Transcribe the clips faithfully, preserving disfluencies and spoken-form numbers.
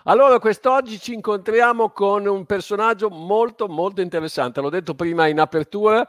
Allora, quest'oggi ci incontriamo con un personaggio molto molto interessante. L'ho detto prima in apertura,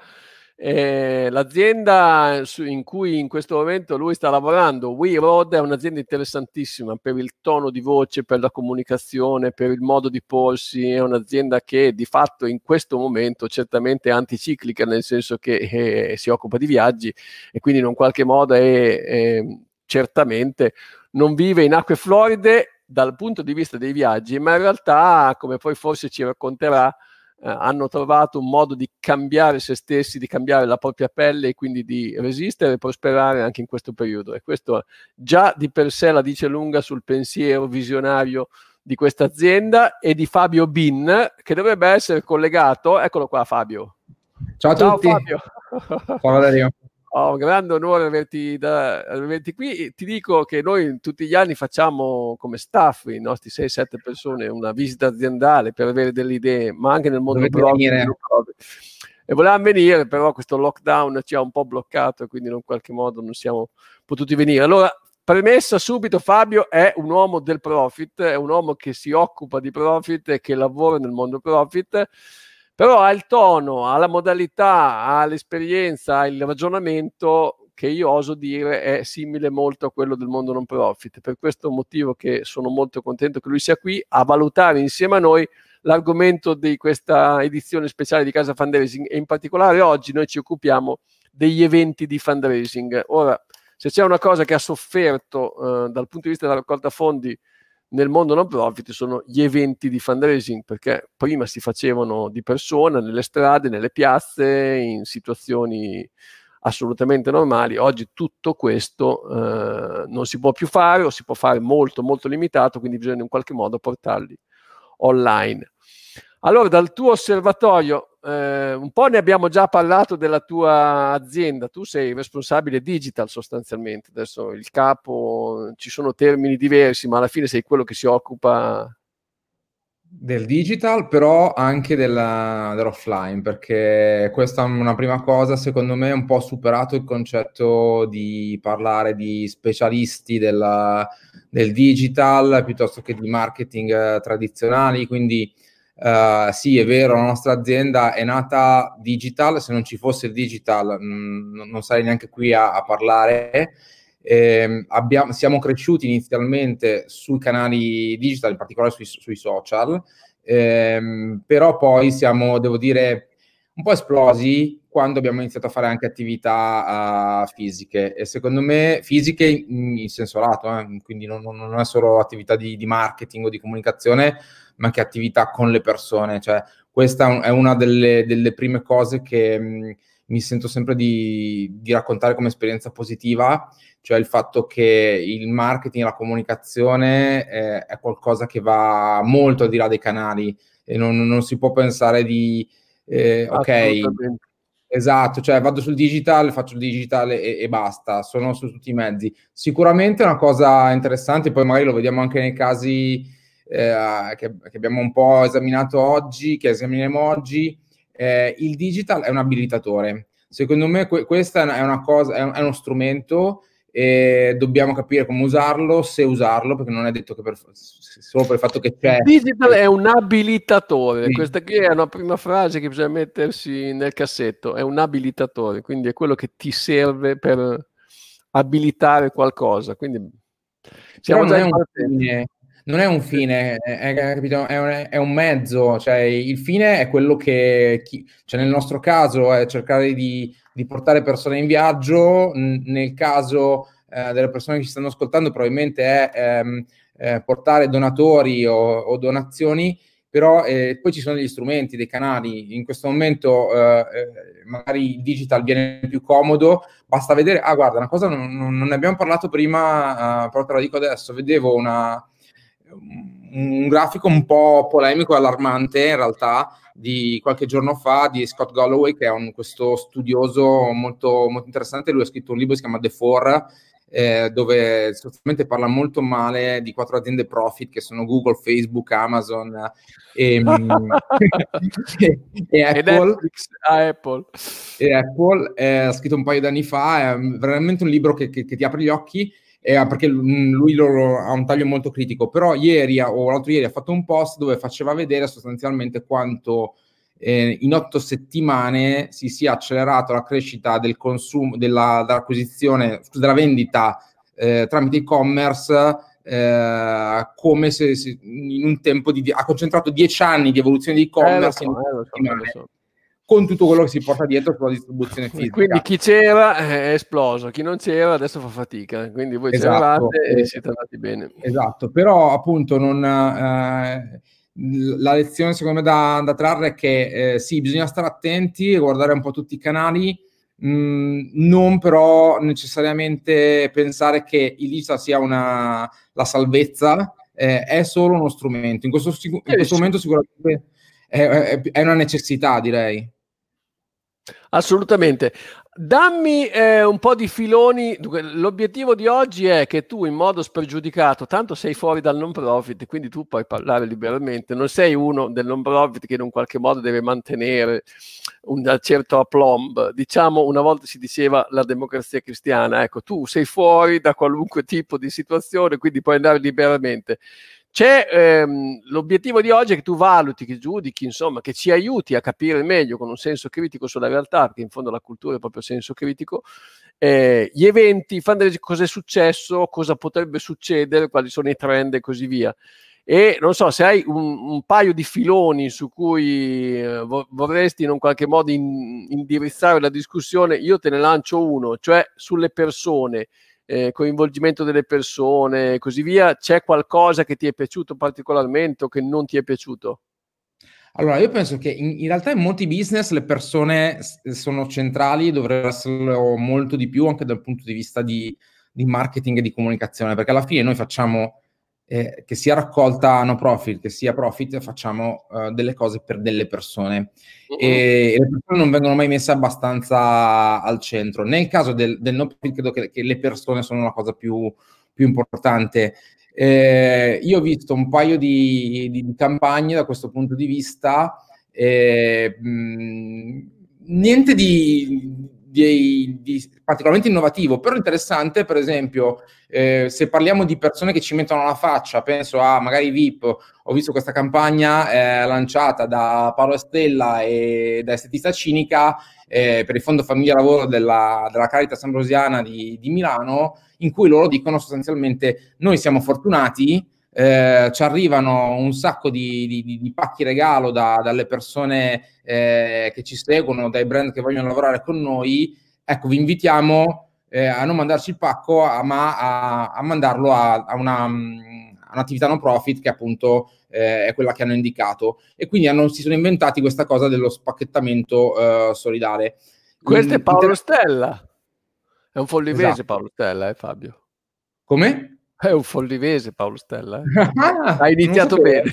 eh, l'azienda su- in cui in questo momento lui sta lavorando, We Road, è un'azienda interessantissima per il tono di voce, per la comunicazione, per il modo di porsi. È un'azienda che di fatto in questo momento certamente è anticiclica, nel senso che eh, si occupa di viaggi e quindi in un qualche modo è, è certamente non vive in acque floride dal punto di vista dei viaggi, ma in realtà, come poi forse ci racconterà, eh, hanno trovato un modo di cambiare se stessi, di cambiare la propria pelle e quindi di resistere e prosperare anche in questo periodo. E questo già di per sé la dice lunga sul pensiero visionario di questa azienda e di Fabio Bin, che dovrebbe essere collegato. Eccolo qua, Fabio. Ciao a Ciao tutti. Fabio. Ciao Valerio. Ho un grande onore averti, da, averti qui. Ti dico che noi tutti gli anni facciamo come staff, i nostri sei sette persone, una visita aziendale per avere delle idee, ma anche nel mondo Dovete proprio. venire. E volevamo venire, però questo lockdown ci ha un po' bloccato e quindi in qualche modo non siamo potuti venire. Allora, premessa subito, Fabio è un uomo del profit, è un uomo che si occupa di profit e che lavora nel mondo profit, però ha il tono, ha la modalità, ha l'esperienza, ha il ragionamento che io oso dire è simile molto a quello del mondo non profit. Per questo motivo che sono molto contento che lui sia qui a valutare insieme a noi l'argomento di questa edizione speciale di Casa Fundraising, e in particolare oggi noi ci occupiamo degli eventi di fundraising. Ora, se c'è una cosa che ha sofferto eh, dal punto di vista della raccolta fondi nel mondo non profit sono gli eventi di fundraising, perché prima si facevano di persona, nelle strade, nelle piazze, in situazioni assolutamente normali. Oggi tutto questo eh, non si può più fare, o si può fare molto molto limitato, quindi bisogna in qualche modo portarli online. Allora, dal tuo osservatorio, eh, un po' ne abbiamo già parlato della tua azienda. Tu sei responsabile digital sostanzialmente, adesso il capo, ci sono termini diversi, ma alla fine sei quello che si occupa del digital, però anche della, dell'offline, perché questa è una prima cosa. Secondo me è un po' superato il concetto di parlare di specialisti della, del digital piuttosto che di marketing eh, tradizionali, quindi Uh, sì, è vero, la nostra azienda è nata digital. Se non ci fosse il digital mh, non sarei neanche qui a, a parlare. Eh, abbiamo, siamo cresciuti inizialmente sui canali digital, in particolare sui, sui social, ehm, però poi siamo, devo dire, un po' esplosi quando abbiamo iniziato a fare anche attività uh, fisiche, e secondo me fisiche in, in senso lato, eh, quindi non, non è solo attività di, di marketing o di comunicazione, ma anche attività con le persone. Cioè, questa è una delle, delle prime cose che mh, mi sento sempre di, di raccontare come esperienza positiva, cioè il fatto che il marketing e la comunicazione eh, è qualcosa che va molto al di là dei canali, e non, non si può pensare di eh, ok, esatto, cioè vado sul digital, faccio il digital e, e basta, sono su tutti i mezzi. Sicuramente è una cosa interessante, poi magari lo vediamo anche nei casi eh, che, che abbiamo un po' esaminato oggi, che esaminiamo oggi. Eh, il digital è un abilitatore. Secondo me que- questa è una cosa, è, un, è uno strumento, e dobbiamo capire come usarlo, se usarlo, perché non è detto che per, solo per il fatto che c'è. Il digital è un abilitatore, Sì. questa qui è una prima frase che bisogna mettersi nel cassetto, è un abilitatore, quindi è quello che ti serve per abilitare qualcosa, quindi siamo Però non già è in un partenza. fine, non è un fine, è, è- capito? È un, è un mezzo, cioè il fine è quello che, chi, cioè nel nostro caso è cercare di, di portare persone in viaggio, n- nel caso eh, delle persone che ci stanno ascoltando probabilmente è ehm, eh, portare donatori o, o donazioni, però eh, poi ci sono degli strumenti, dei canali. In questo momento eh, eh, magari il digital viene più comodo. Basta vedere, ah guarda, una cosa non, non ne abbiamo parlato prima, uh, però te la dico adesso. Vedevo una, un grafico un po' polemico e allarmante in realtà di qualche giorno fa di Scott Galloway, che è un, questo studioso molto, molto interessante. Lui ha scritto un libro che si chiama The Four, eh, dove sostanzialmente parla molto male di quattro aziende profit che sono Google, Facebook, Amazon e, e, e Apple. E Netflix, ah, Apple. E Apple, eh, ha scritto un paio d'anni fa, è veramente un libro che, che, che ti apre gli occhi, eh, perché lui lo, ha un taglio molto critico, però ieri o l'altro ieri ha fatto un post dove faceva vedere sostanzialmente quanto eh, in otto settimane si sia accelerato la crescita del consumo, della, dell'acquisizione, della vendita eh, tramite e-commerce, eh, come se, se in un tempo di, ha concentrato dieci anni di evoluzione di e-commerce eh, lo so, eh, lo so, eh, lo so. con tutto quello che si porta dietro sulla distribuzione fisica. Quindi chi c'era è esploso, chi non c'era adesso fa fatica, quindi voi esatto, c'eravate eh, e siete andati bene. Esatto, però appunto non, eh, la lezione secondo me da, da trarre è che eh, sì, bisogna stare attenti e guardare un po' tutti i canali, mh, non però necessariamente pensare che il digital sia una, la salvezza, eh, è solo uno strumento. In questo, in questo momento sicuramente è, è, è una necessità, direi. Assolutamente. Dammi eh, un po' di filoni. Dunque, l'obiettivo di oggi è che tu in modo spregiudicato, tanto sei fuori dal non profit, quindi tu puoi parlare liberamente, non sei uno del non profit che in un qualche modo deve mantenere un certo aplomb. Diciamo, una volta si diceva la democrazia cristiana, ecco, tu sei fuori da qualunque tipo di situazione, quindi puoi andare liberamente. C'è ehm, l'obiettivo di oggi è che tu valuti, che giudichi, insomma, che ci aiuti a capire meglio con un senso critico sulla realtà, perché in fondo la cultura è proprio senso critico, eh, gli eventi, cosa è successo, cosa potrebbe succedere, quali sono i trend e così via. E non so, se hai un, un paio di filoni su cui eh, vorresti in un qualche modo in, indirizzare la discussione, io te ne lancio uno, cioè sulle persone. Eh, coinvolgimento delle persone e così via. C'è qualcosa che ti è piaciuto particolarmente o che non ti è piaciuto? Allora, io penso che in, in realtà in molti business le persone sono centrali, dovrebbero esserlo molto di più anche dal punto di vista di, di marketing e di comunicazione, perché alla fine noi facciamo, eh, che sia raccolta no profit, che sia profit, facciamo uh, delle cose per delle persone. Uh-huh. E, e le persone non vengono mai messe abbastanza al centro. Nel caso del, del no profit credo che, che le persone sono la cosa più, più importante. Eh, io ho visto un paio di, di, di campagne da questo punto di vista, eh, mh, niente di, di, di particolarmente innovativo, però interessante. Per esempio, eh, se parliamo di persone che ci mettono la faccia, penso a magari V I P. Ho visto questa campagna eh, lanciata da Paolo Stella e da Estetista Cinica eh, per il Fondo Famiglia Lavoro della, della Caritas Ambrosiana di, di Milano, in cui loro dicono sostanzialmente: noi siamo fortunati, eh, ci arrivano un sacco di, di, di pacchi regalo da, dalle persone eh, che ci seguono, dai brand che vogliono lavorare con noi, ecco, vi invitiamo eh, a non mandarci il pacco, a, ma a, a mandarlo a, a, una, a un'attività no profit che appunto eh, è quella che hanno indicato, e quindi hanno, si sono inventati questa cosa dello spacchettamento eh, solidale. Questo In, è Paolo inter- Stella. È un follivese, esatto. Paolo Stella, eh Fabio? Come? È un follivese Paolo Stella, eh? Hai iniziato bene.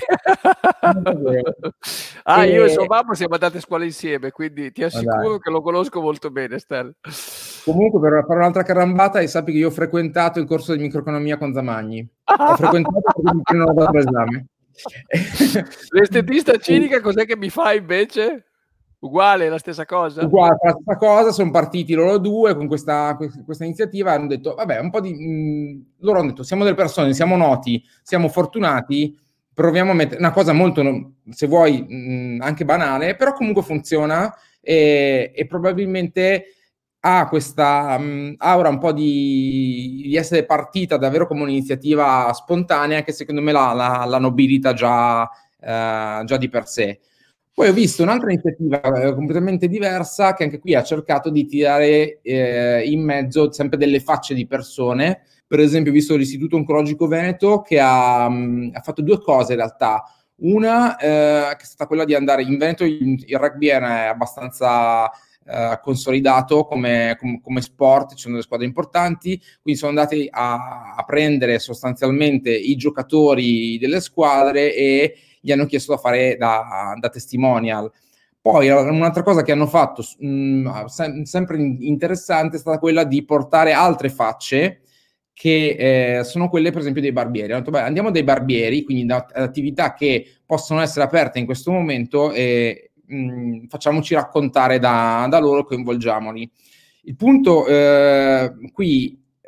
Ah, e... io e suo babbo siamo andati a scuola insieme, quindi ti assicuro oh, che lo conosco molto bene, Stella. Comunque, per fare un'altra carambata, e sappi che io ho frequentato il corso di microeconomia con Zamagni. Ho frequentato perché non ho dato l'esame. L'estetista cinica cos'è che mi fa invece? Uguale, la stessa cosa? Uguale, la stessa cosa, sono partiti loro due con questa, questa iniziativa, hanno detto, vabbè, un po' di... Mh, loro hanno detto, siamo delle persone, siamo noti, siamo fortunati, proviamo a mettere una cosa molto, se vuoi, mh, anche banale, però comunque funziona e, e probabilmente ha questa mh, aura un po' di, di essere partita davvero come un'iniziativa spontanea che secondo me la, la, la nobilita già, eh, già di per sé. Poi ho visto un'altra iniziativa eh, completamente diversa che anche qui ha cercato di tirare eh, in mezzo sempre delle facce di persone. Per esempio ho visto l'Istituto Oncologico Veneto che ha, mh, ha fatto due cose in realtà. Una eh, che è stata quella di andare in Veneto, il, il rugby è abbastanza eh, consolidato come, com, come sport, ci sono delle squadre importanti, quindi sono andati a, a prendere sostanzialmente i giocatori delle squadre e gli hanno chiesto da fare da, da testimonial. Poi un'altra cosa che hanno fatto mh, sem- sempre interessante è stata quella di portare altre facce che eh, sono quelle per esempio dei barbieri. Hanno detto, beh, andiamo dai barbieri, quindi da attività che possono essere aperte in questo momento e mh, facciamoci raccontare da, da loro, coinvolgiamoli. Il punto eh, qui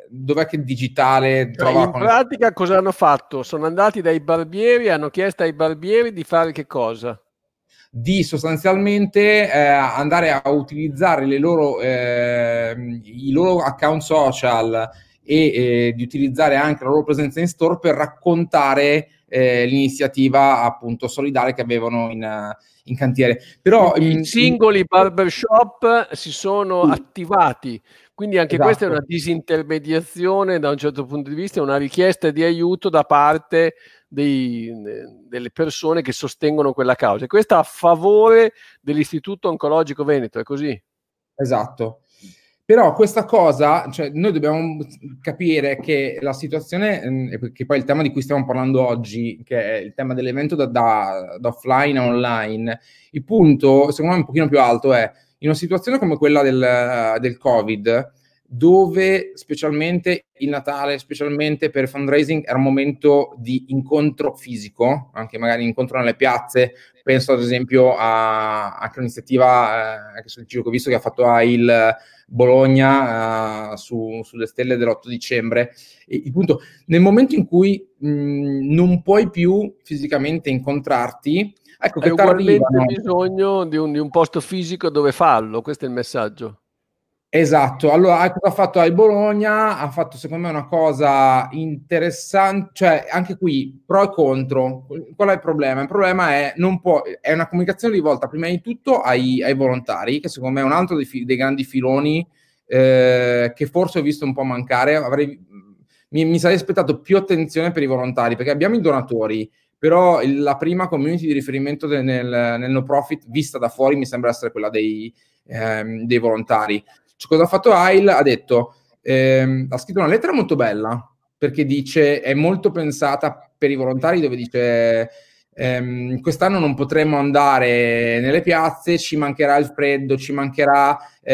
dov'è che il digitale cioè, trova... in pratica cosa hanno fatto? Sono andati dai barbieri e hanno chiesto ai barbieri di fare che cosa? Di sostanzialmente eh, andare a utilizzare le loro, eh, i loro account social e eh, di utilizzare anche la loro presenza in store per raccontare eh, l'iniziativa appunto solidale che avevano in, in cantiere. Però Quindi in, i singoli barbershop si sono sì, attivati, quindi anche questa è esatto. una disintermediazione da un certo punto di vista, una richiesta di aiuto da parte dei, delle persone che sostengono quella causa. E questa a favore dell'Istituto Oncologico Veneto, è così? Esatto. Però questa cosa, cioè noi dobbiamo capire che la situazione, eh, che poi è il tema di cui stiamo parlando oggi, che è il tema dell'evento da, da, da offline a online, il punto, secondo me un pochino più alto, è in una situazione come quella del, del Covid, dove specialmente il Natale, specialmente per fundraising, era un momento di incontro fisico, anche magari incontro nelle piazze. Penso ad esempio a anche un'iniziativa eh, che sul giro che ho visto che ha fatto a il Bologna uh, su, sulle stelle dell'otto dicembre. E, il punto, nel momento in cui mh, non puoi più fisicamente incontrarti, ecco Hai che ti ugualmente arrivano. bisogno di un, di un posto fisico dove farlo, questo è il messaggio. Esatto, allora cosa ha fatto il Bologna? Ha fatto secondo me una cosa interessante, cioè anche qui pro e contro. Qual è il problema? Il problema è non può, è una comunicazione rivolta prima di tutto ai, ai volontari, che secondo me è un altro dei, dei grandi filoni eh, che forse ho visto un po' mancare. Avrei, mi, mi sarei aspettato più attenzione per i volontari, perché abbiamo i donatori, però il, la prima community di riferimento de, nel, nel no profit vista da fuori mi sembra essere quella dei, ehm, dei volontari. Cioè, cosa ha fatto Ail? Ha detto, ehm, ha scritto una lettera molto bella, perché dice, è molto pensata per i volontari, dove dice, ehm, quest'anno non potremo andare nelle piazze, ci mancherà il freddo, ci mancherà,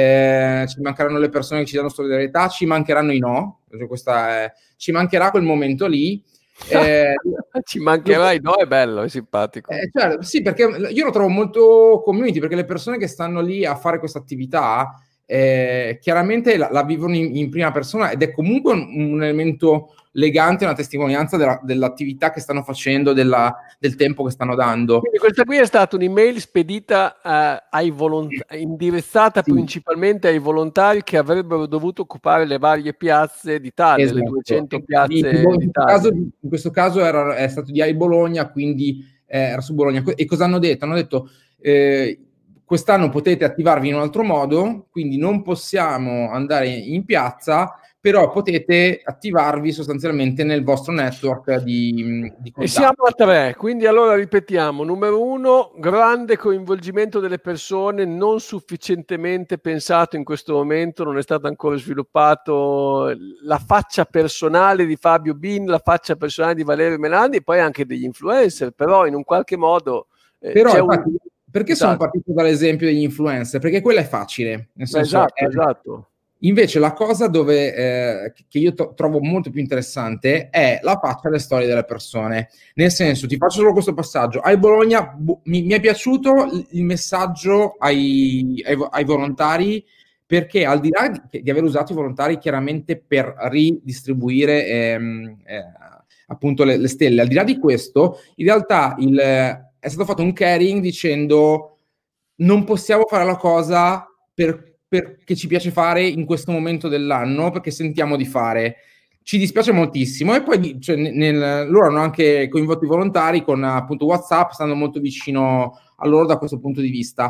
eh, ci mancheranno le persone che ci danno solidarietà, ci mancheranno i no, questa è, ci mancherà quel momento lì. Eh, Ci mancherai, no? È bello, è simpatico. eh, cioè, sì, perché io lo trovo molto community, perché le persone che stanno lì a fare questa attività eh, chiaramente la, la vivono in, in prima persona ed è comunque un, un elemento legante, una testimonianza della, dell'attività che stanno facendo, della, del tempo che stanno dando. Quindi questa qui è stata un'email spedita uh, ai volontari, indirizzata Sì. principalmente ai volontari che avrebbero dovuto occupare le varie piazze d'Italia, Esatto. le duecento E piazze in, in, d'Italia. caso, in questo caso era, è stato di AI Bologna, quindi eh, era su Bologna. E cosa hanno detto? Hanno detto eh, quest'anno potete attivarvi in un altro modo, quindi non possiamo andare in piazza, però potete attivarvi sostanzialmente nel vostro network di, di E siamo contatti. a tre, quindi allora ripetiamo, numero uno, grande coinvolgimento delle persone, non sufficientemente pensato in questo momento, non è stato ancora sviluppato la faccia personale di Fabio Bin, la faccia personale di Valerio Melandi e poi anche degli influencer, però in un qualche modo eh, Però c'è infatti, un... perché Esatto. sono partito dall'esempio degli influencer? Perché quella è facile, nel senso, Esatto, è, esatto. invece la cosa dove, eh, che io to- trovo molto più interessante è la faccia e le storie delle persone. Nel senso, ti faccio solo questo passaggio. Ai Bologna bu- mi, mi è piaciuto il, il messaggio ai, ai, ai volontari, perché al di là di, di aver usato i volontari chiaramente per ridistribuire ehm, eh, appunto le, le stelle, al di là di questo, in realtà il, è stato fatto un caring dicendo non possiamo fare la cosa per perché ci piace fare in questo momento dell'anno, perché sentiamo di fare. Ci dispiace moltissimo. E poi cioè, nel, loro hanno anche coinvolto i volontari con appunto WhatsApp, stanno molto vicino a loro da questo punto di vista.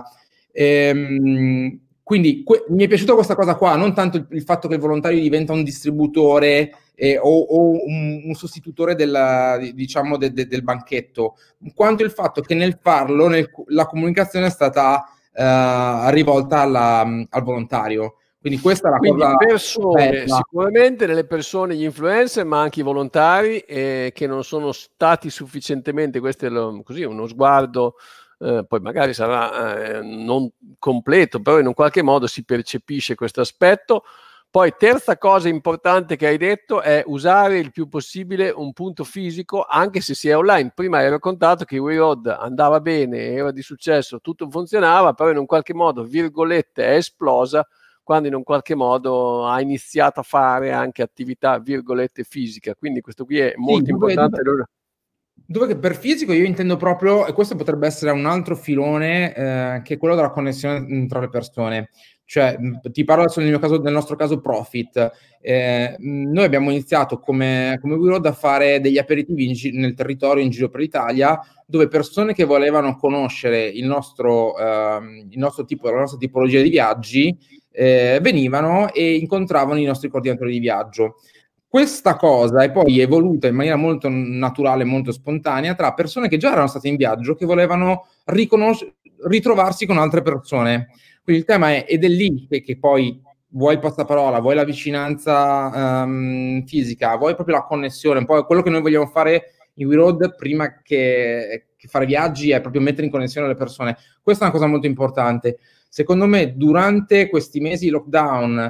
Ehm, quindi que- mi è piaciuta questa cosa qua, non tanto il, il fatto che il volontario diventa un distributore eh, o, o un, un sostitutore della, diciamo de, de, del banchetto, quanto il fatto che nel farlo nel, la comunicazione è stata Uh, rivolta alla, al volontario. Quindi questa è la Quindi cosa persone, bella. sicuramente nelle persone, gli influencer, ma anche i volontari eh, che non sono stati sufficientemente, questo è lo, così, uno sguardo, eh, poi magari sarà eh, non completo, però in un qualche modo si percepisce questo aspetto. Poi terza cosa importante che hai detto è usare il più possibile un punto fisico, anche se si è online. Prima hai raccontato che We Road andava bene, era di successo, tutto funzionava, però in un qualche modo, virgolette, è esplosa quando in un qualche modo ha iniziato a fare anche attività, virgolette, fisica. Quindi questo qui è molto sì, importante. dove, dove che per fisico io intendo proprio, e questo potrebbe essere un altro filone, eh, che è quello della connessione tra le persone. Cioè, ti parlo adesso nel, mio caso, nel nostro caso Profit. Eh, noi abbiamo iniziato come, come WeRoad a fare degli aperitivi in gi- nel territorio, in giro per l'Italia, dove persone che volevano conoscere il nostro, ehm, il nostro tipo, la nostra tipologia di viaggi, eh, venivano e incontravano i nostri coordinatori di viaggio. Questa cosa è poi evoluta in maniera molto naturale, molto spontanea, tra persone che già erano state in viaggio, che volevano riconos- ritrovarsi con altre persone. Quindi il tema è, ed è lì che, che poi vuoi il passaparola, vuoi la vicinanza um, fisica, vuoi proprio la connessione, un po' quello che noi vogliamo fare in WeRoad prima che, che fare viaggi è proprio mettere in connessione le persone. Questa è una cosa molto importante. Secondo me, durante questi mesi di lockdown,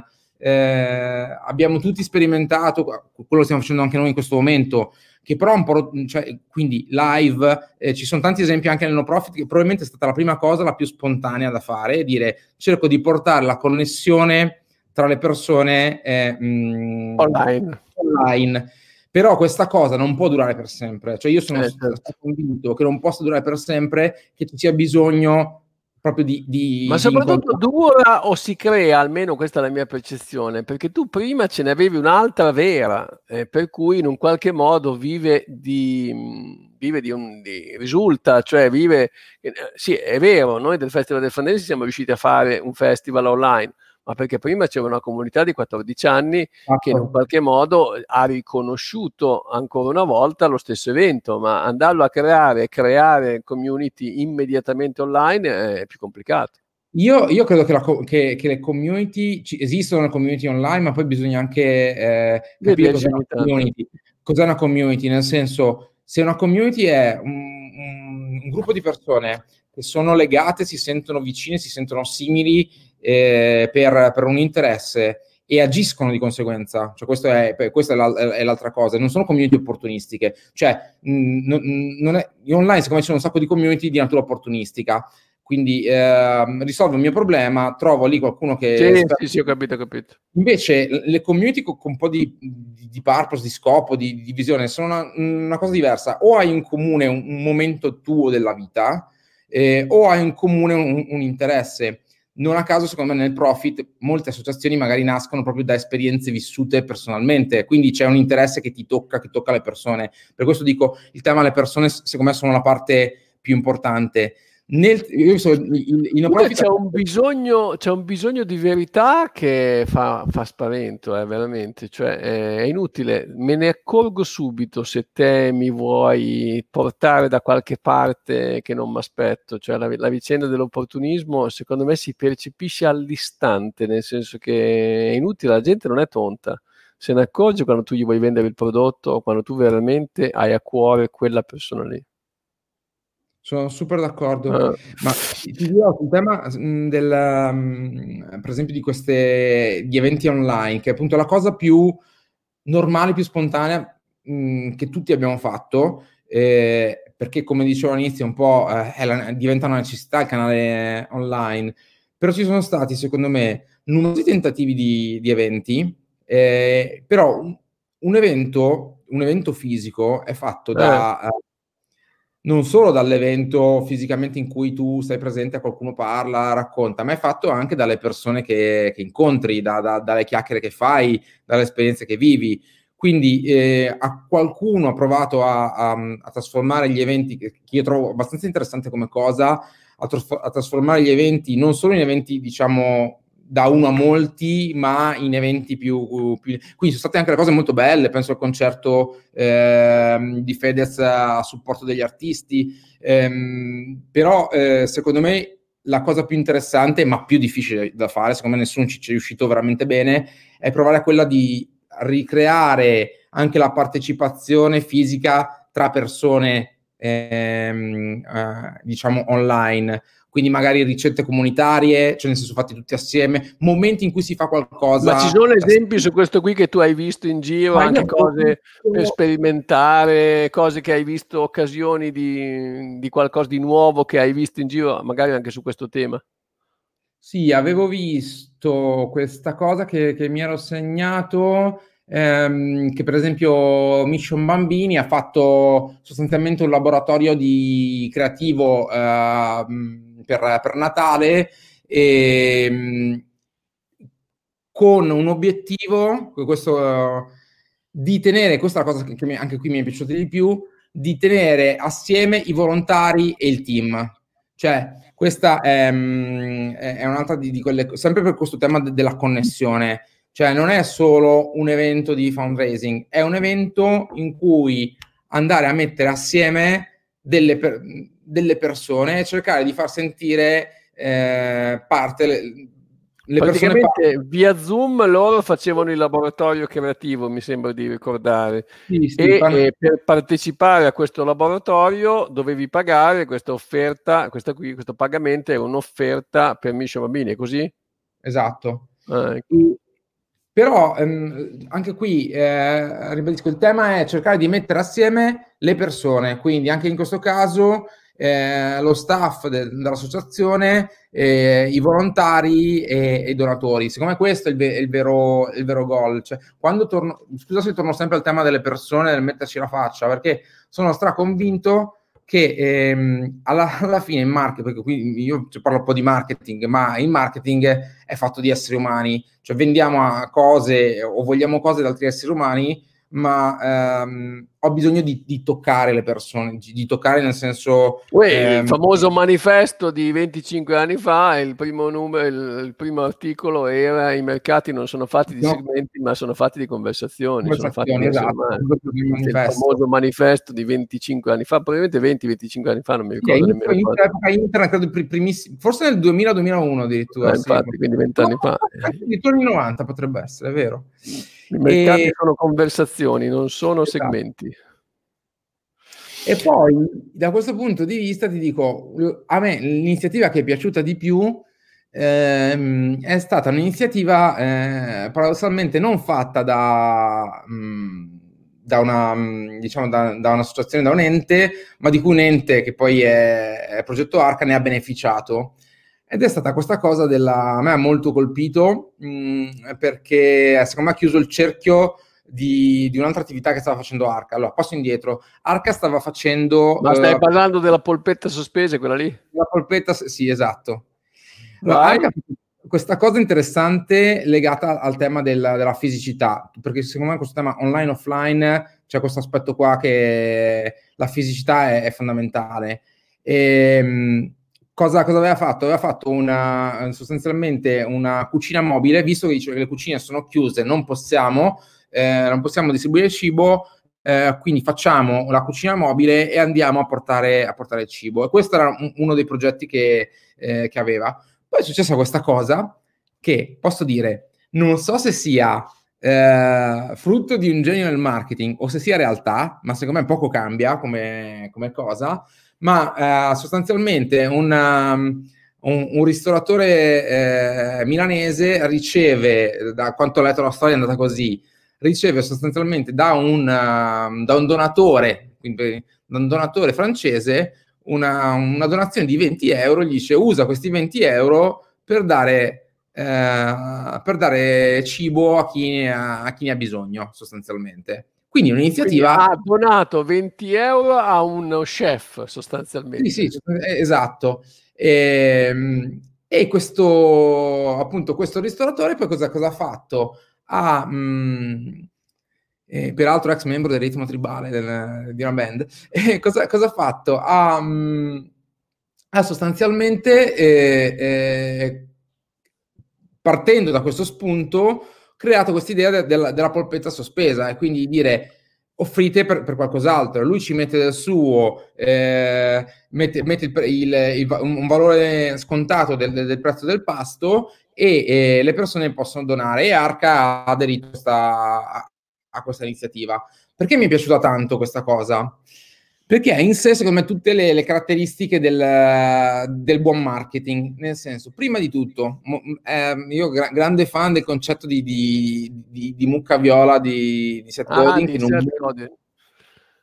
eh, abbiamo tutti sperimentato, quello stiamo facendo anche noi in questo momento, che però un po', cioè, quindi live, eh, ci sono tanti esempi anche nel no profit, che probabilmente è stata la prima cosa, la più spontanea da fare, dire cerco di portare la connessione tra le persone eh, mh, online. online. Però questa cosa non può durare per sempre, cioè io sono Eh, certo. convinto che non possa durare per sempre, che ci sia bisogno proprio di, di, Ma di soprattutto incontrare. dura o si crea, almeno questa è la mia percezione, perché tu prima ce ne avevi un'altra vera, eh, per cui in un qualche modo vive di, mh, vive di un, di, risulta, cioè vive, eh, sì è vero, noi del Festival del Farnese siamo riusciti a fare un festival online, ma perché prima c'era una comunità di quattordici anni che in un qualche modo ha riconosciuto ancora una volta lo stesso evento, ma andarlo a creare, creare community immediatamente online è più complicato. Io, io credo che, la co- che- che le community, ci, esistono le community online, ma poi bisogna anche eh, capire Vederci cos'è una ogni tanto. community. Cos'è una community, nel senso, se una community è un, un- un gruppo di persone che sono legate, si sentono vicine, si sentono simili eh, per, per un interesse e agiscono di conseguenza, cioè questo è, questa è, la- è l'altra cosa, non sono community opportunistiche, cioè mh, non, non è, online secondo me ci sono un sacco di community di natura opportunistica. Quindi eh, risolvo il mio problema, trovo lì qualcuno che è Sì, esperto. sì, sì, ho capito, ho capito. Invece le community con, con un po' di, di, di purpose, di scopo, di, di visione, sono una, una cosa diversa. O hai in comune un, un momento tuo della vita, eh, o hai in comune un, un interesse. Non a caso, secondo me, nel profit molte associazioni magari nascono proprio da esperienze vissute personalmente, quindi c'è un interesse che ti tocca, che tocca le persone. Per questo dico, il tema delle persone, secondo me, sono la parte più importante. Nel, io so, il, il no Comunque profit c'è un bisogno, c'è un bisogno di verità che fa, fa spavento, eh, veramente. Cioè, è inutile, me ne accorgo subito se te mi vuoi portare da qualche parte che non mi aspetto. Cioè, la, la vicenda dell'opportunismo, secondo me, si percepisce all'istante, nel senso che è inutile, la gente non è tonta. Se ne accorge quando tu gli vuoi vendere il prodotto o quando tu veramente hai a cuore quella persona lì. Sono super d'accordo, Eh. ma ti ti dirò sul tema mh, del, mh, per esempio, di queste, di eventi online, che è appunto la cosa più normale, più spontanea mh, che tutti abbiamo fatto, eh, perché come dicevo all'inizio, un po' eh, è la- diventa una necessità il canale online, però ci sono stati, secondo me, numerosi tentativi di, di eventi, eh, però un, un evento, un evento fisico è fatto Eh. da... eh, non solo dall'evento fisicamente in cui tu stai presente, a qualcuno parla, racconta, ma è fatto anche dalle persone che, che incontri, da, da, dalle chiacchiere che fai, dalle esperienze che vivi. Quindi eh, a qualcuno ha provato a, a, a trasformare gli eventi, che, che io trovo abbastanza interessante come cosa, a, trasf- a trasformare gli eventi non solo in eventi, diciamo, da uno a molti, ma in eventi più, più... Quindi sono state anche le cose molto belle, penso al concerto ehm, di Fedez a supporto degli artisti, ehm, però eh, secondo me la cosa più interessante, ma più difficile da fare, secondo me nessuno ci è riuscito veramente bene, è provare quella di ricreare anche la partecipazione fisica tra persone, ehm, eh, diciamo, online. Quindi magari ricette comunitarie, cioè nel senso fatti tutti assieme, momenti in cui si fa Ma ci qualcosa. sono esempi su questo qui che tu hai visto in giro, Ma io anche avevo cose per visto, sperimentare, cose che hai visto, occasioni di, di qualcosa di nuovo che hai visto in giro, magari anche su questo tema? Sì, avevo visto questa cosa che, che mi ero segnato, ehm, che per esempio Mission Bambini ha fatto sostanzialmente un laboratorio di creativo ehm, per, per Natale e, mh, con un obiettivo, questo, eh, di tenere, questa è la cosa che, che mi- anche qui mi è piaciuta di più, di tenere assieme i volontari e il team. Cioè, questa è, mm, è- è un'altra di, di quelle, sempre per questo tema de- della connessione. Cioè, non è solo un evento di fundraising, è un evento in cui andare a mettere assieme delle, per- delle persone e cercare di far sentire eh, parte le, le persone parte. Praticamente via Zoom loro facevano il laboratorio creativo, mi sembra di ricordare, Sì, sì, e fanno- eh, per partecipare a questo laboratorio dovevi pagare questa offerta, questa qui, questo pagamento era un'offerta per Mission Bambini, è così? esatto. Ah, ecco. E- Però ehm, anche qui, eh, ribadisco, il tema è cercare di mettere assieme le persone, quindi anche in questo caso eh, lo staff de- dell'associazione, eh, i volontari e, e i donatori. Secondo me questo è il, ve- il vero, il vero goal. Cioè, quando torno, scusa se torno sempre al tema delle persone, del metterci la faccia, perché sono straconvinto che ehm, alla, alla fine il marketing, perché qui io parlo un po' di marketing, ma il marketing è fatto di esseri umani, cioè vendiamo a cose o vogliamo cose da altri esseri umani, ma ehm, ho bisogno di, di toccare le persone, di, di toccare nel senso. Uè, il ehm, famoso manifesto di venticinque anni fa, il primo, numero, il, il primo articolo era: i mercati non sono fatti di no, segmenti, ma sono fatti di conversazioni, sono fatti conversazioni, di esseri esatto, umani. il Questo è il manifesto. famoso manifesto di venticinque anni fa, probabilmente venti venticinque anni fa, non mi Sì, è ricordo inizio, nemmeno inizio quando. epoca internet, credo pri- primissimi, forse nel duemila duemilauno addirittura, Eh, sì. infatti, quindi No, vent'anni fa. anche addirittura anni novanta potrebbe essere, è vero. I mercati E, sono conversazioni, non sono esatto. segmenti. E poi, da questo punto di vista, ti dico, a me l'iniziativa che è piaciuta di più ehm, è stata un'iniziativa eh, paradossalmente non fatta da, mh, da una, mh, diciamo, da, da un'associazione, da un ente, ma di cui un ente che poi è, è Progetto Arca ne ha beneficiato. Ed è stata questa cosa della, a me ha molto colpito mh, perché secondo me ha chiuso il cerchio di, di un'altra attività che stava facendo Arca. Allora, passo indietro. Arca stava facendo Ma stai eh, parlando della polpetta sospesa, quella lì? la polpetta, sì, esatto. Allora, Arca Vai. ha fatto questa cosa interessante legata al tema della, della fisicità, perché secondo me questo tema online offline c'è questo aspetto qua che la fisicità è, è fondamentale. E, cosa, cosa aveva fatto? Aveva fatto una, sostanzialmente una cucina mobile, visto che dice che le cucine sono chiuse, non possiamo, eh, non possiamo distribuire cibo, eh, quindi facciamo la cucina mobile e andiamo a portare, a portare il cibo. E questo era un, uno dei progetti che, eh, che aveva. Poi è successa questa cosa che, posso dire, non so se sia eh, frutto di un genio del marketing o se sia realtà, ma secondo me poco cambia come, come cosa, ma eh, sostanzialmente una, un, un ristoratore eh, milanese riceve, da quanto ho letto la storia è andata così, riceve sostanzialmente da un, uh, da un donatore, quindi da un donatore francese, una, una donazione di venti euro, gli dice usa questi venti euro per dare, eh, per dare cibo a chi, a, a chi ne ha bisogno, sostanzialmente. Quindi Quindi un'iniziativa. ha donato venti euro a uno chef, Sì, sì, sostanzialmente. eh, esatto. E, e questo, appunto, questo ristoratore poi cosa, cosa ha fatto? Ha, mh, eh, peraltro ex membro del ritmo tribale del- di una band, e cosa, cosa ha fatto? Ha, mh, ha sostanzialmente, eh, eh, partendo da questo spunto, creato questa idea de- della, della polpetta sospesa e quindi dire offrite per, per qualcos'altro. Lui ci mette del suo, eh, mette, mette il, il, il, un valore scontato del, del, prezzo del pasto e, e le persone possono donare. E Arca ha aderito a questa, a, a questa iniziativa. Perché mi è piaciuta tanto questa cosa? Perché ha in sé, secondo me, tutte le, le caratteristiche del, del buon marketing. Nel senso, prima di tutto, mo, eh, io gra- grande fan del concetto di, di, di, di mucca viola di, di Seth Ah, Godin, di che in un Seth mondo Godin.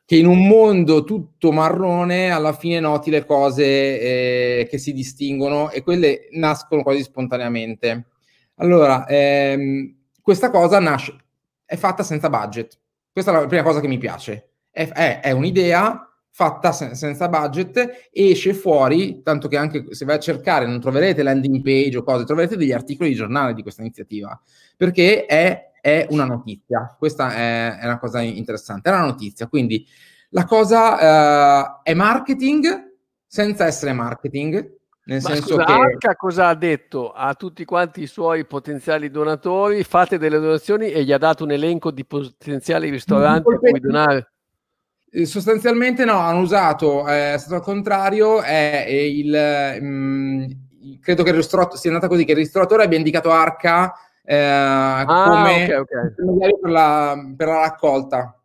che in un mondo tutto marrone alla fine noti le cose eh, che si distinguono e quelle nascono quasi spontaneamente. Allora, ehm, questa cosa nasce, è fatta senza budget. Questa è la prima cosa che mi piace. È, è, è un'idea fatta sen- senza budget, esce fuori, tanto che anche se vai a cercare non troverete landing page o cose, troverete degli articoli di giornale di questa iniziativa, perché è, è una notizia. Questa è, è una cosa interessante, è una notizia, quindi la cosa uh, è marketing senza essere marketing, nel Ma senso scusa, che... Arca cosa ha detto a tutti quanti i suoi potenziali donatori? Fate delle donazioni e gli ha dato un elenco di potenziali ristoranti a cui donare. Sostanzialmente no, hanno usato, è stato al contrario, è, è il, mh, credo che il ristoratore sia andata così, che il ristoratore abbia indicato Arca eh, Ah, come ok, ok. per la, per la raccolta.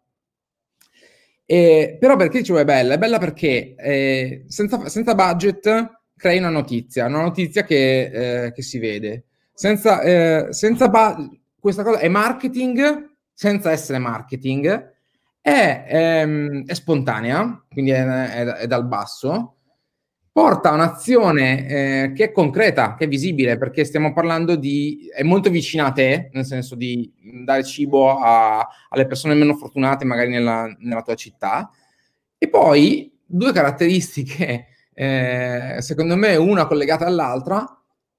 E, però perché dicevo è bella? È bella perché eh, senza, senza budget crei una notizia, una notizia che, eh, che si vede. Senza, eh, senza ba- questa cosa è marketing senza essere marketing, è, ehm, è spontanea, quindi è, è, è dal basso, porta a un'azione eh, che è concreta, che è visibile, perché stiamo parlando di... è molto vicina a te, nel senso di dare cibo a, alle persone meno fortunate magari nella, nella tua città. E poi due caratteristiche, eh, secondo me una collegata all'altra,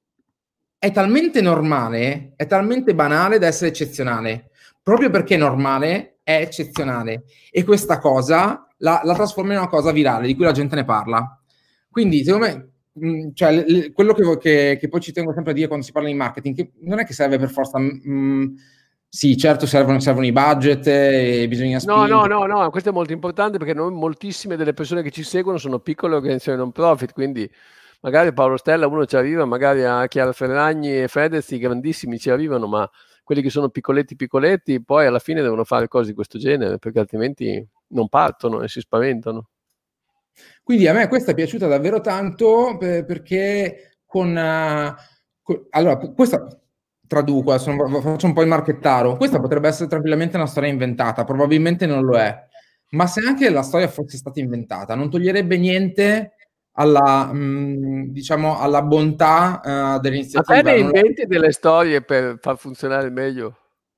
è talmente normale, è talmente banale da essere eccezionale. Proprio perché è normale, è eccezionale. E questa cosa la, la trasforma in una cosa virale, di cui la gente ne parla. Quindi, secondo me, mh, cioè, l- quello che, che, che poi ci tengo sempre a dire quando si parla di marketing, che non è che serve per forza... Mh, sì, certo servono, servono i budget e bisogna No, no, spingere. no, no, questo è molto importante perché noi, moltissime delle persone che ci seguono sono piccole organizzazioni non profit, quindi magari Paolo Stella uno ci arriva, magari a Chiara Ferragni e Fedez, i grandissimi ci arrivano, ma quelli che sono piccoletti piccoletti poi alla fine devono fare cose di questo genere perché altrimenti non partono e si spaventano. Quindi a me questa è piaciuta davvero tanto per, perché con, uh, con... Allora, questa traduco, adesso faccio un po' il marchettaro. Questa potrebbe essere tranquillamente una storia inventata, probabilmente non lo è. Ma se anche la storia fosse stata inventata, non toglierebbe niente alla, mh, diciamo, alla bontà uh, A te ne dell'iniziativa. Non la... inventi delle storie per far funzionare meglio?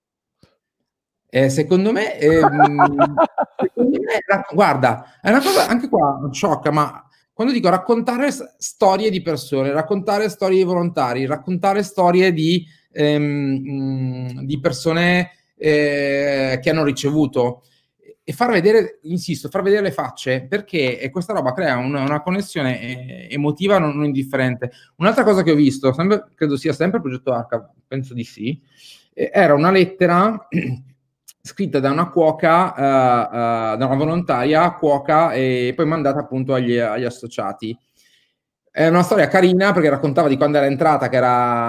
Eh, secondo me, ehm, secondo me, ra- guarda, è una cosa anche qua sciocca, ma quando dico raccontare s- storie di persone, raccontare storie di volontari, raccontare storie di, ehm, mh, di persone eh, che hanno ricevuto e far vedere, insisto, far vedere le facce, perché questa roba crea una, una connessione eh, emotiva non, non indifferente. Un'altra cosa che ho visto, sempre, credo sia sempre il progetto Arca, penso di sì, eh, era una lettera scritta da una cuoca, uh, uh, da una volontaria cuoca e poi mandata appunto agli, agli associati. È una storia carina perché raccontava di quando era entrata, che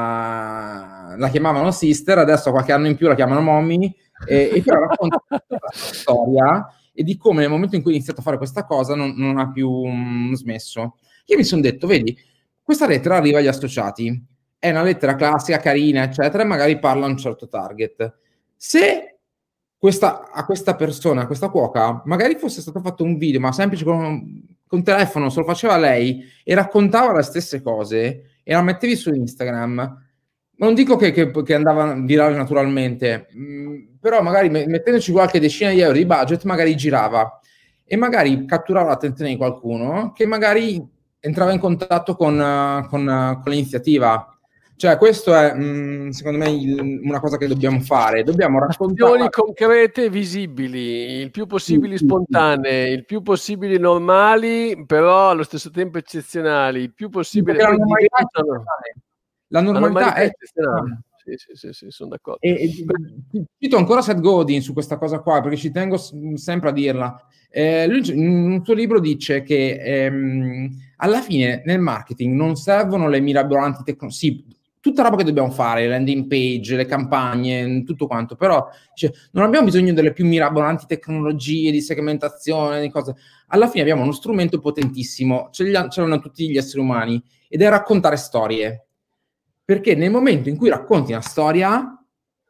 era la chiamavano sister, adesso qualche anno in più la chiamano mommy, e, e però racconta questa storia e di come nel momento in cui ha iniziato a fare questa cosa non, non ha più um, smesso. Io mi sono detto, vedi, questa lettera arriva agli associati, è una lettera classica, carina, eccetera, e magari parla a un certo target. Se questa, a questa persona, a questa cuoca, magari fosse stato fatto un video, ma semplice con, con telefono, se lo faceva lei e raccontava le stesse cose e la mettevi su Instagram, non dico che, che, che andava virale naturalmente, mh, però magari mettendoci qualche decina di euro di budget, magari girava e magari catturava l'attenzione di qualcuno che magari entrava in contatto con, uh, con, uh, con l'iniziativa. Cioè, questo è, mh, secondo me, il, una cosa che dobbiamo fare. Dobbiamo Azioni raccontare... concrete e visibili, il più Sì, possibile sì, sì. spontanee, il più possibile normali, però allo stesso tempo eccezionali, il più Sì, possibile perché la poi normalità è diventano eccezionale. La la normalità normalità è è eccezionale. eccezionale. Sì, sì, sì, sì, sono d'accordo. E, e, ti- cito ancora Seth Godin su questa cosa qua, perché ci tengo s- sempre a dirla. Eh, lui in un suo libro dice che ehm, alla fine nel marketing non servono le mirabolanti tecnologie, sì, tutta roba che dobbiamo fare, le landing page, le campagne, tutto quanto, però dice, non abbiamo bisogno delle più mirabolanti tecnologie di segmentazione, di cose. Alla fine abbiamo uno strumento potentissimo, ce l'hanno tutti gli esseri umani, ed è raccontare storie. Perché nel momento in cui racconti una storia,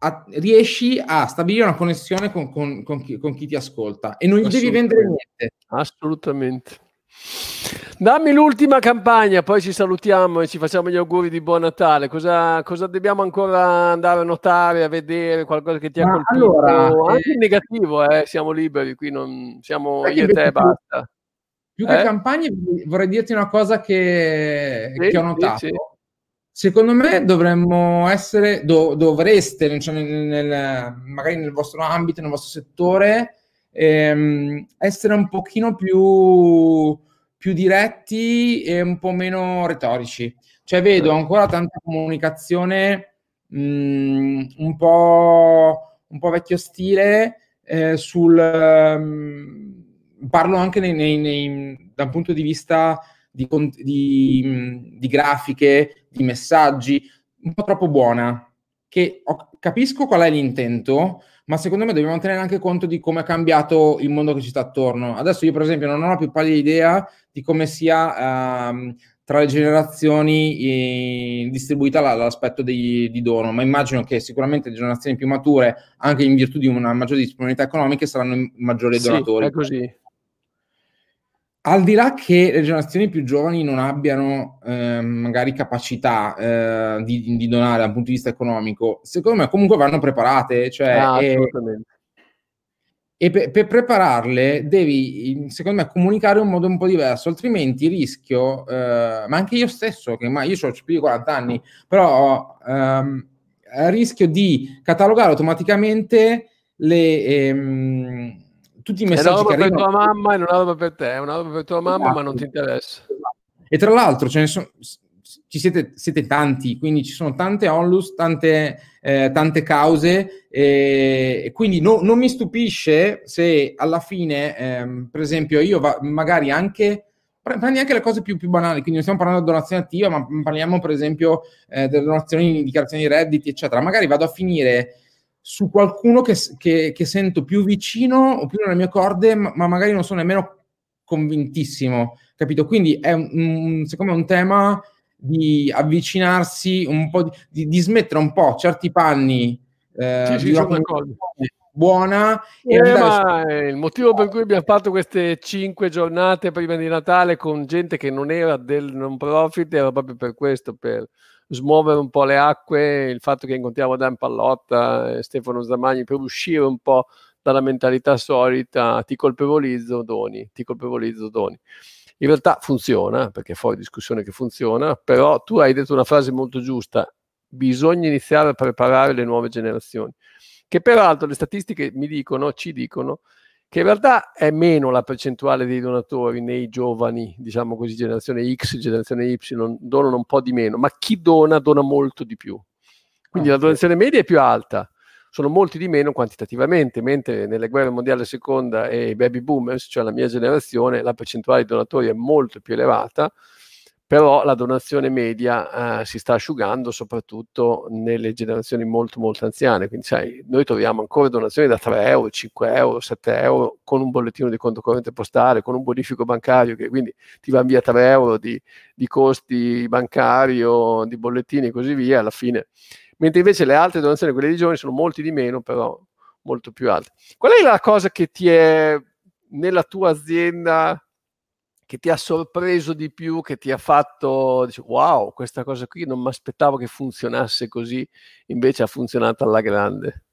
a, riesci a stabilire una connessione con, con, con, chi, con chi ti ascolta e non gli devi vendere niente. Assolutamente. Dammi l'ultima campagna, poi ci salutiamo e ci facciamo gli auguri di buon Natale. Cosa, cosa dobbiamo ancora andare a notare, a vedere, qualcosa che ti ha Ma colpito? allora, Anche eh, in negativo, eh, siamo liberi, qui non siamo sai che io e te invece e più, basta. più che Eh? campagne vorrei dirti una cosa che, Sì, che ho sì, sì. notato. Secondo me dovremmo essere, do, dovreste, cioè nel, nel, magari nel vostro ambito, nel vostro settore, ehm, essere un pochino più, più diretti e un po' meno retorici. Cioè vedo ancora tanta comunicazione mh, un po', un po' vecchio stile eh, sul... Um, parlo anche nei, nei, nei, da un punto di vista di, di, di grafiche, di messaggi, un po' troppo buona, che ho, capisco qual è l'intento, ma secondo me dobbiamo tenere anche conto di come è cambiato il mondo che ci sta attorno. Adesso io per esempio non ho la più pallida idea di come sia ehm, tra le generazioni eh, distribuita l'aspetto di, di dono, ma immagino che sicuramente le generazioni più mature, anche in virtù di una maggiore disponibilità economica, saranno i maggiori Sì, donatori. è così. Al di là che le generazioni più giovani non abbiano eh, magari capacità eh, di, di donare dal punto di vista economico, secondo me comunque vanno preparate, cioè, Ah, e, assolutamente. e per, per prepararle devi, secondo me, comunicare in un modo un po' diverso, altrimenti rischio, eh, ma anche io stesso, che ma io ho più di quaranta anni, però ehm, rischio di catalogare automaticamente le... Ehm, tutti i È una messaggi che roba per arrivano. tua mamma e una roba per te, è una roba per tua mamma, ma non Esatto. ti interessa. E tra l'altro ce ne sono, ci siete, siete tanti, quindi ci sono tante onlus, tante, eh, tante cause, e, e quindi no, non mi stupisce se alla fine, ehm, per esempio, io va, magari anche prendi anche le cose più, più banali, quindi non stiamo parlando di donazione attiva, ma parliamo per esempio eh, delle donazioni in dichiarazioni di redditi, eccetera. Magari vado a finire su qualcuno che, che, che sento più vicino o più nelle mie corde, ma, ma magari non sono nemmeno convintissimo, capito? Quindi è un, un, secondo me un tema di avvicinarsi un po', di, di, di smettere un po' certi panni eh, Sì, di sì, una sono d'accordo. comunicazione buona e Eh, andare su... ma eh, il motivo per cui abbiamo fatto queste cinque giornate prima di Natale con gente che non era del non profit era proprio per questo, per smuovere un po' le acque, il fatto che incontriamo Dan Pallotta e Stefano Zamagni per uscire un po' dalla mentalità solita, ti colpevolizzo, doni, ti colpevolizzo, doni. In realtà funziona, perché è fuori discussione che funziona, però tu hai detto una frase molto giusta, bisogna iniziare a preparare le nuove generazioni. Che peraltro le statistiche mi dicono, ci dicono, che in realtà è meno la percentuale dei donatori nei giovani, diciamo così, generazione X, generazione Y, donano un po' di meno, ma chi dona, dona molto di più. Quindi Ah, la sì. donazione media è più alta, sono molti di meno quantitativamente, mentre nelle guerre mondiali seconda e i baby boomers, cioè la mia generazione, la percentuale di donatori è molto più elevata, però la donazione media eh, si sta asciugando soprattutto nelle generazioni molto molto anziane, quindi sai, noi troviamo ancora donazioni da tre euro, cinque euro, sette euro con un bollettino di conto corrente postale, con un bonifico bancario che quindi ti va via tre euro di, di costi bancari o di bollettini e così via alla fine, mentre invece le altre donazioni, quelle di giovani, sono molti di meno, però molto più alte. Qual è la cosa che ti è nella tua azienda che ti ha sorpreso di più, che ti ha fatto, dice, wow, questa cosa qui non mi aspettavo che funzionasse così, invece ha funzionato alla grande?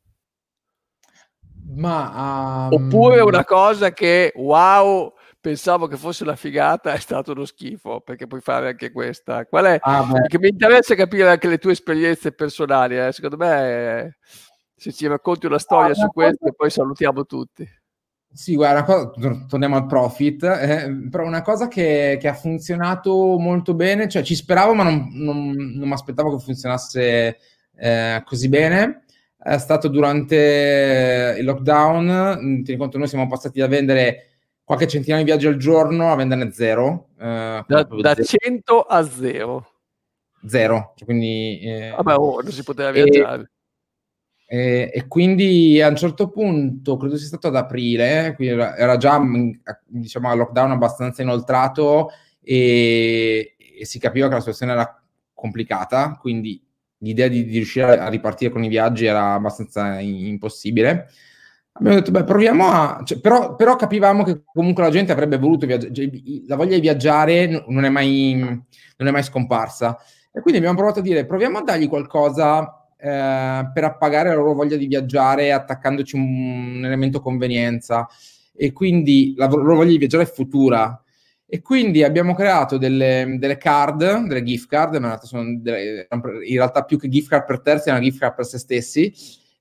Ma um... Oppure una cosa che, wow, pensavo che fosse una figata, è stato uno schifo, perché puoi fare anche questa. Qual è? ah, Perché mi interessa capire anche le tue esperienze personali, eh. Secondo me, eh, se ci racconti una storia una su questo, cosa... e poi salutiamo tutti. Sì, guarda, cosa, torniamo al profit, eh, però una cosa che, che ha funzionato molto bene, cioè ci speravo ma non, non, non mi aspettavo che funzionasse eh, così bene, è stato durante il lockdown, ti conto, noi siamo passati da vendere qualche centinaio di viaggi al giorno a venderne zero. Eh, Da, proprio da zero, cento a zero. zero. Cioè, quindi, eh, Vabbè, oh, non si poteva e, viaggiare. E, e quindi a un certo punto, credo sia stato ad aprile, quindi era, era già diciamo a lockdown abbastanza inoltrato e, e si capiva che la situazione era complicata, quindi l'idea di, di riuscire a ripartire con i viaggi era abbastanza impossibile. Abbiamo detto, beh, proviamo a... Cioè, però, però capivamo che comunque la gente avrebbe voluto viaggiare, cioè, la voglia di viaggiare non è mai, non è mai scomparsa. E quindi abbiamo provato a dire, proviamo a dargli qualcosa eh, per appagare la loro voglia di viaggiare, attaccandoci un, un elemento convenienza. E quindi la loro voglia di viaggiare è futura. E quindi abbiamo creato delle, delle card, delle gift card, ma sono delle, in realtà più che gift card per terzi, è una gift card per se stessi,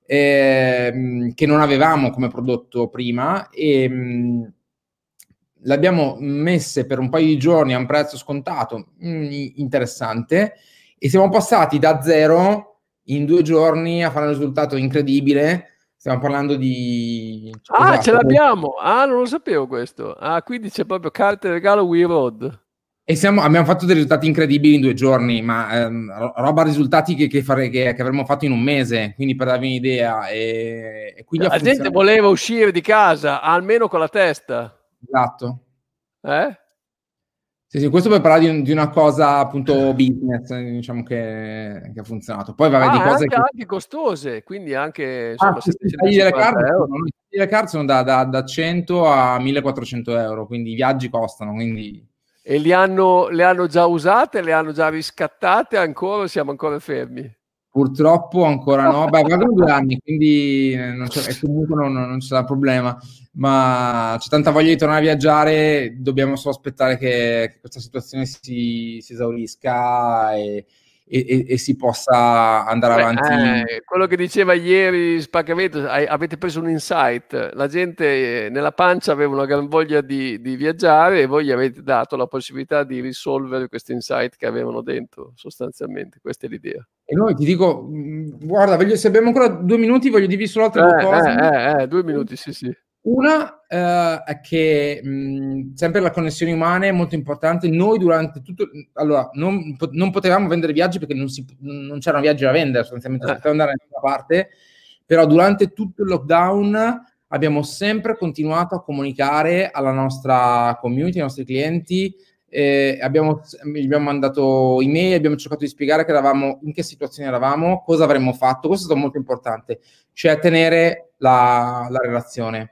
eh, che non avevamo come prodotto prima, e mh, le abbiamo messe per un paio di giorni a un prezzo scontato, mh, interessante, e siamo passati da zero in due giorni a fare un risultato incredibile. Stiamo parlando di... Ah, esatto, ce l'abbiamo! Ah, non lo sapevo questo. Ah, quindi c'è proprio carte regalo We Road. E siamo, abbiamo fatto dei risultati incredibili in due giorni, ma ehm, roba risultati che, che, fare, che, che avremmo fatto in un mese, quindi per darvi un'idea. E, e quindi La gente voleva uscire di casa, almeno con la testa. Esatto. Eh? Sì, sì, questo per parlare di, di una cosa appunto business, diciamo che, che ha funzionato. Poi vabbè, Ah, di cose anche, che... anche costose, quindi anche Ah, insomma sì, sì, i tagli delle card, settecentocinquanta euro. i tagli delle card sono da, da, da cento a millequattrocento euro, quindi i viaggi costano, quindi... E li hanno, le hanno già usate, le hanno già riscattate ancora o siamo ancora fermi? Purtroppo ancora no, beh, valgono due anni, quindi non c'è, comunque non, non c'è problema, ma c'è tanta voglia di tornare a viaggiare, dobbiamo solo aspettare che, che questa situazione si, si esaurisca e, e, e si possa andare Beh, avanti. eh, quello che diceva ieri Spaccavento, hai- avete preso un insight, la gente eh, nella pancia aveva una gran voglia di, di viaggiare e voi gli avete dato la possibilità di risolvere questo insight che avevano dentro, sostanzialmente, questa è l'idea. E noi ti dico, mh, guarda, voglio, se abbiamo ancora due minuti, voglio dirvi solo altre due Eh, cose. eh, eh, eh, due minuti, sì, sì. Una eh, è che mh, sempre la connessione umana è molto importante. Noi durante tutto... Allora, non, non potevamo vendere viaggi perché non, si, non c'erano viaggi da vendere, sostanzialmente si Eh. poteva andare da nessuna parte, però durante tutto il lockdown abbiamo sempre continuato a comunicare alla nostra community, ai nostri clienti, eh, abbiamo, gli abbiamo mandato email, abbiamo cercato di spiegare che eravamo, in che situazione eravamo, cosa avremmo fatto. Questo è stato molto importante, cioè tenere la, la relazione.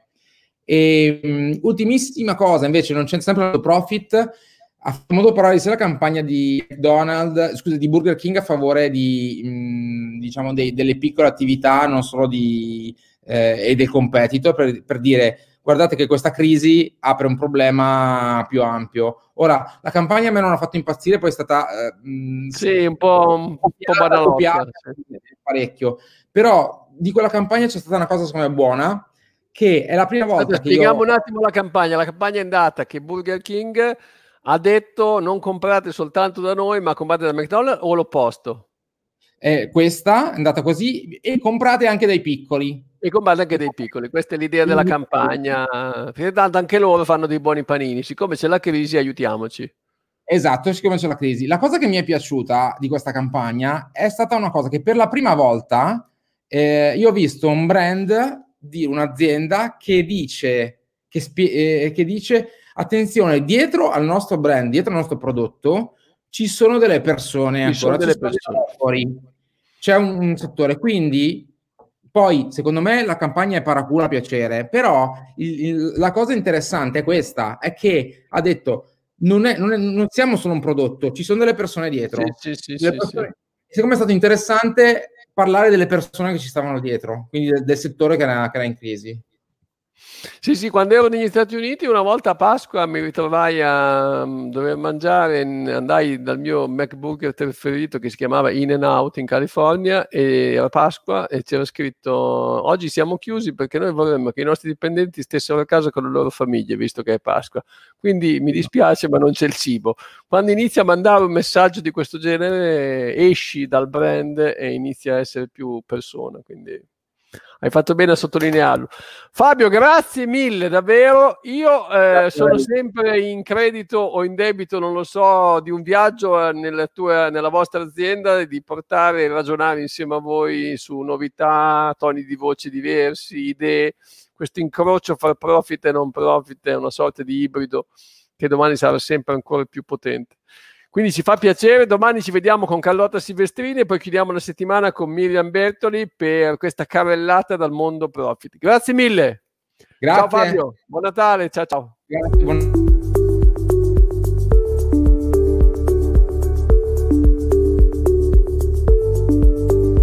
E um, ultimissima cosa, invece, non c'è sempre il profit. Ha modo parlare sia la campagna di McDonald's, scusa, di Burger King a favore di, mh, diciamo, dei, delle piccole attività, non solo di, eh, e del competitor, per, per dire, guardate che questa crisi apre un problema più ampio. Ora, la campagna a me non ha fatto impazzire, poi è stata eh, mh, Sì, un po', un po' copiata, banalotta. copiata Sì. parecchio. Però di quella campagna c'è stata una cosa secondo me buona, che è la prima volta Allora, che spieghiamo io... un attimo la campagna. La campagna è andata che Burger King ha detto non comprate soltanto da noi, ma comprate da McDonald's o l'opposto? Eh, questa è andata così, e comprate anche dai piccoli. E comprate anche dei piccoli. Questa è l'idea della campagna. Perché tanto anche loro fanno dei buoni panini. Siccome c'è la crisi, aiutiamoci. Esatto, siccome c'è la crisi. La cosa che mi è piaciuta di questa campagna è stata una cosa che per la prima volta eh, io ho visto un brand di un'azienda che dice, che, spie- eh, che dice attenzione, dietro al nostro brand, dietro al nostro prodotto ci sono delle persone Ci ancora, sono ci delle sono dei persone. lavori, c'è un, un settore, quindi poi secondo me la campagna è paracula a piacere, però il, il, la cosa interessante è questa, è che ha detto non, è, non, è, non siamo solo un prodotto, ci sono delle persone dietro. Sì, sì, sì, Delle sì, persone, sì. secondo me è stato interessante parlare delle persone che ci stavano dietro, quindi del, del settore che era, che era in crisi. Sì, sì, quando ero negli Stati Uniti una volta a Pasqua mi ritrovai a um, dover mangiare, in- andai dal mio McBurger preferito che si chiamava In and Out in California e era Pasqua e c'era scritto oggi siamo chiusi perché noi vorremmo che i nostri dipendenti stessero a casa con le loro famiglie visto che è Pasqua. Quindi mi dispiace ma non c'è il cibo. Quando inizi a mandare un messaggio di questo genere esci dal brand e inizi a essere più persona, quindi... Hai fatto bene a sottolinearlo. Fabio, grazie mille, davvero. Io eh, sono sempre in credito o in debito, non lo so, di un viaggio nella, tua, nella vostra azienda, di portare e ragionare insieme a voi su novità, toni di voce diversi, idee. Questo incrocio fra profit e non profit è una sorta di ibrido che domani sarà sempre ancora più potente. Quindi ci fa piacere, domani ci vediamo con Carlotta Silvestrini e poi chiudiamo la settimana con Miriam Bertoli per questa carrellata dal mondo Profit. Grazie mille. Grazie. Ciao Fabio, buon Natale, ciao ciao. Grazie, buon...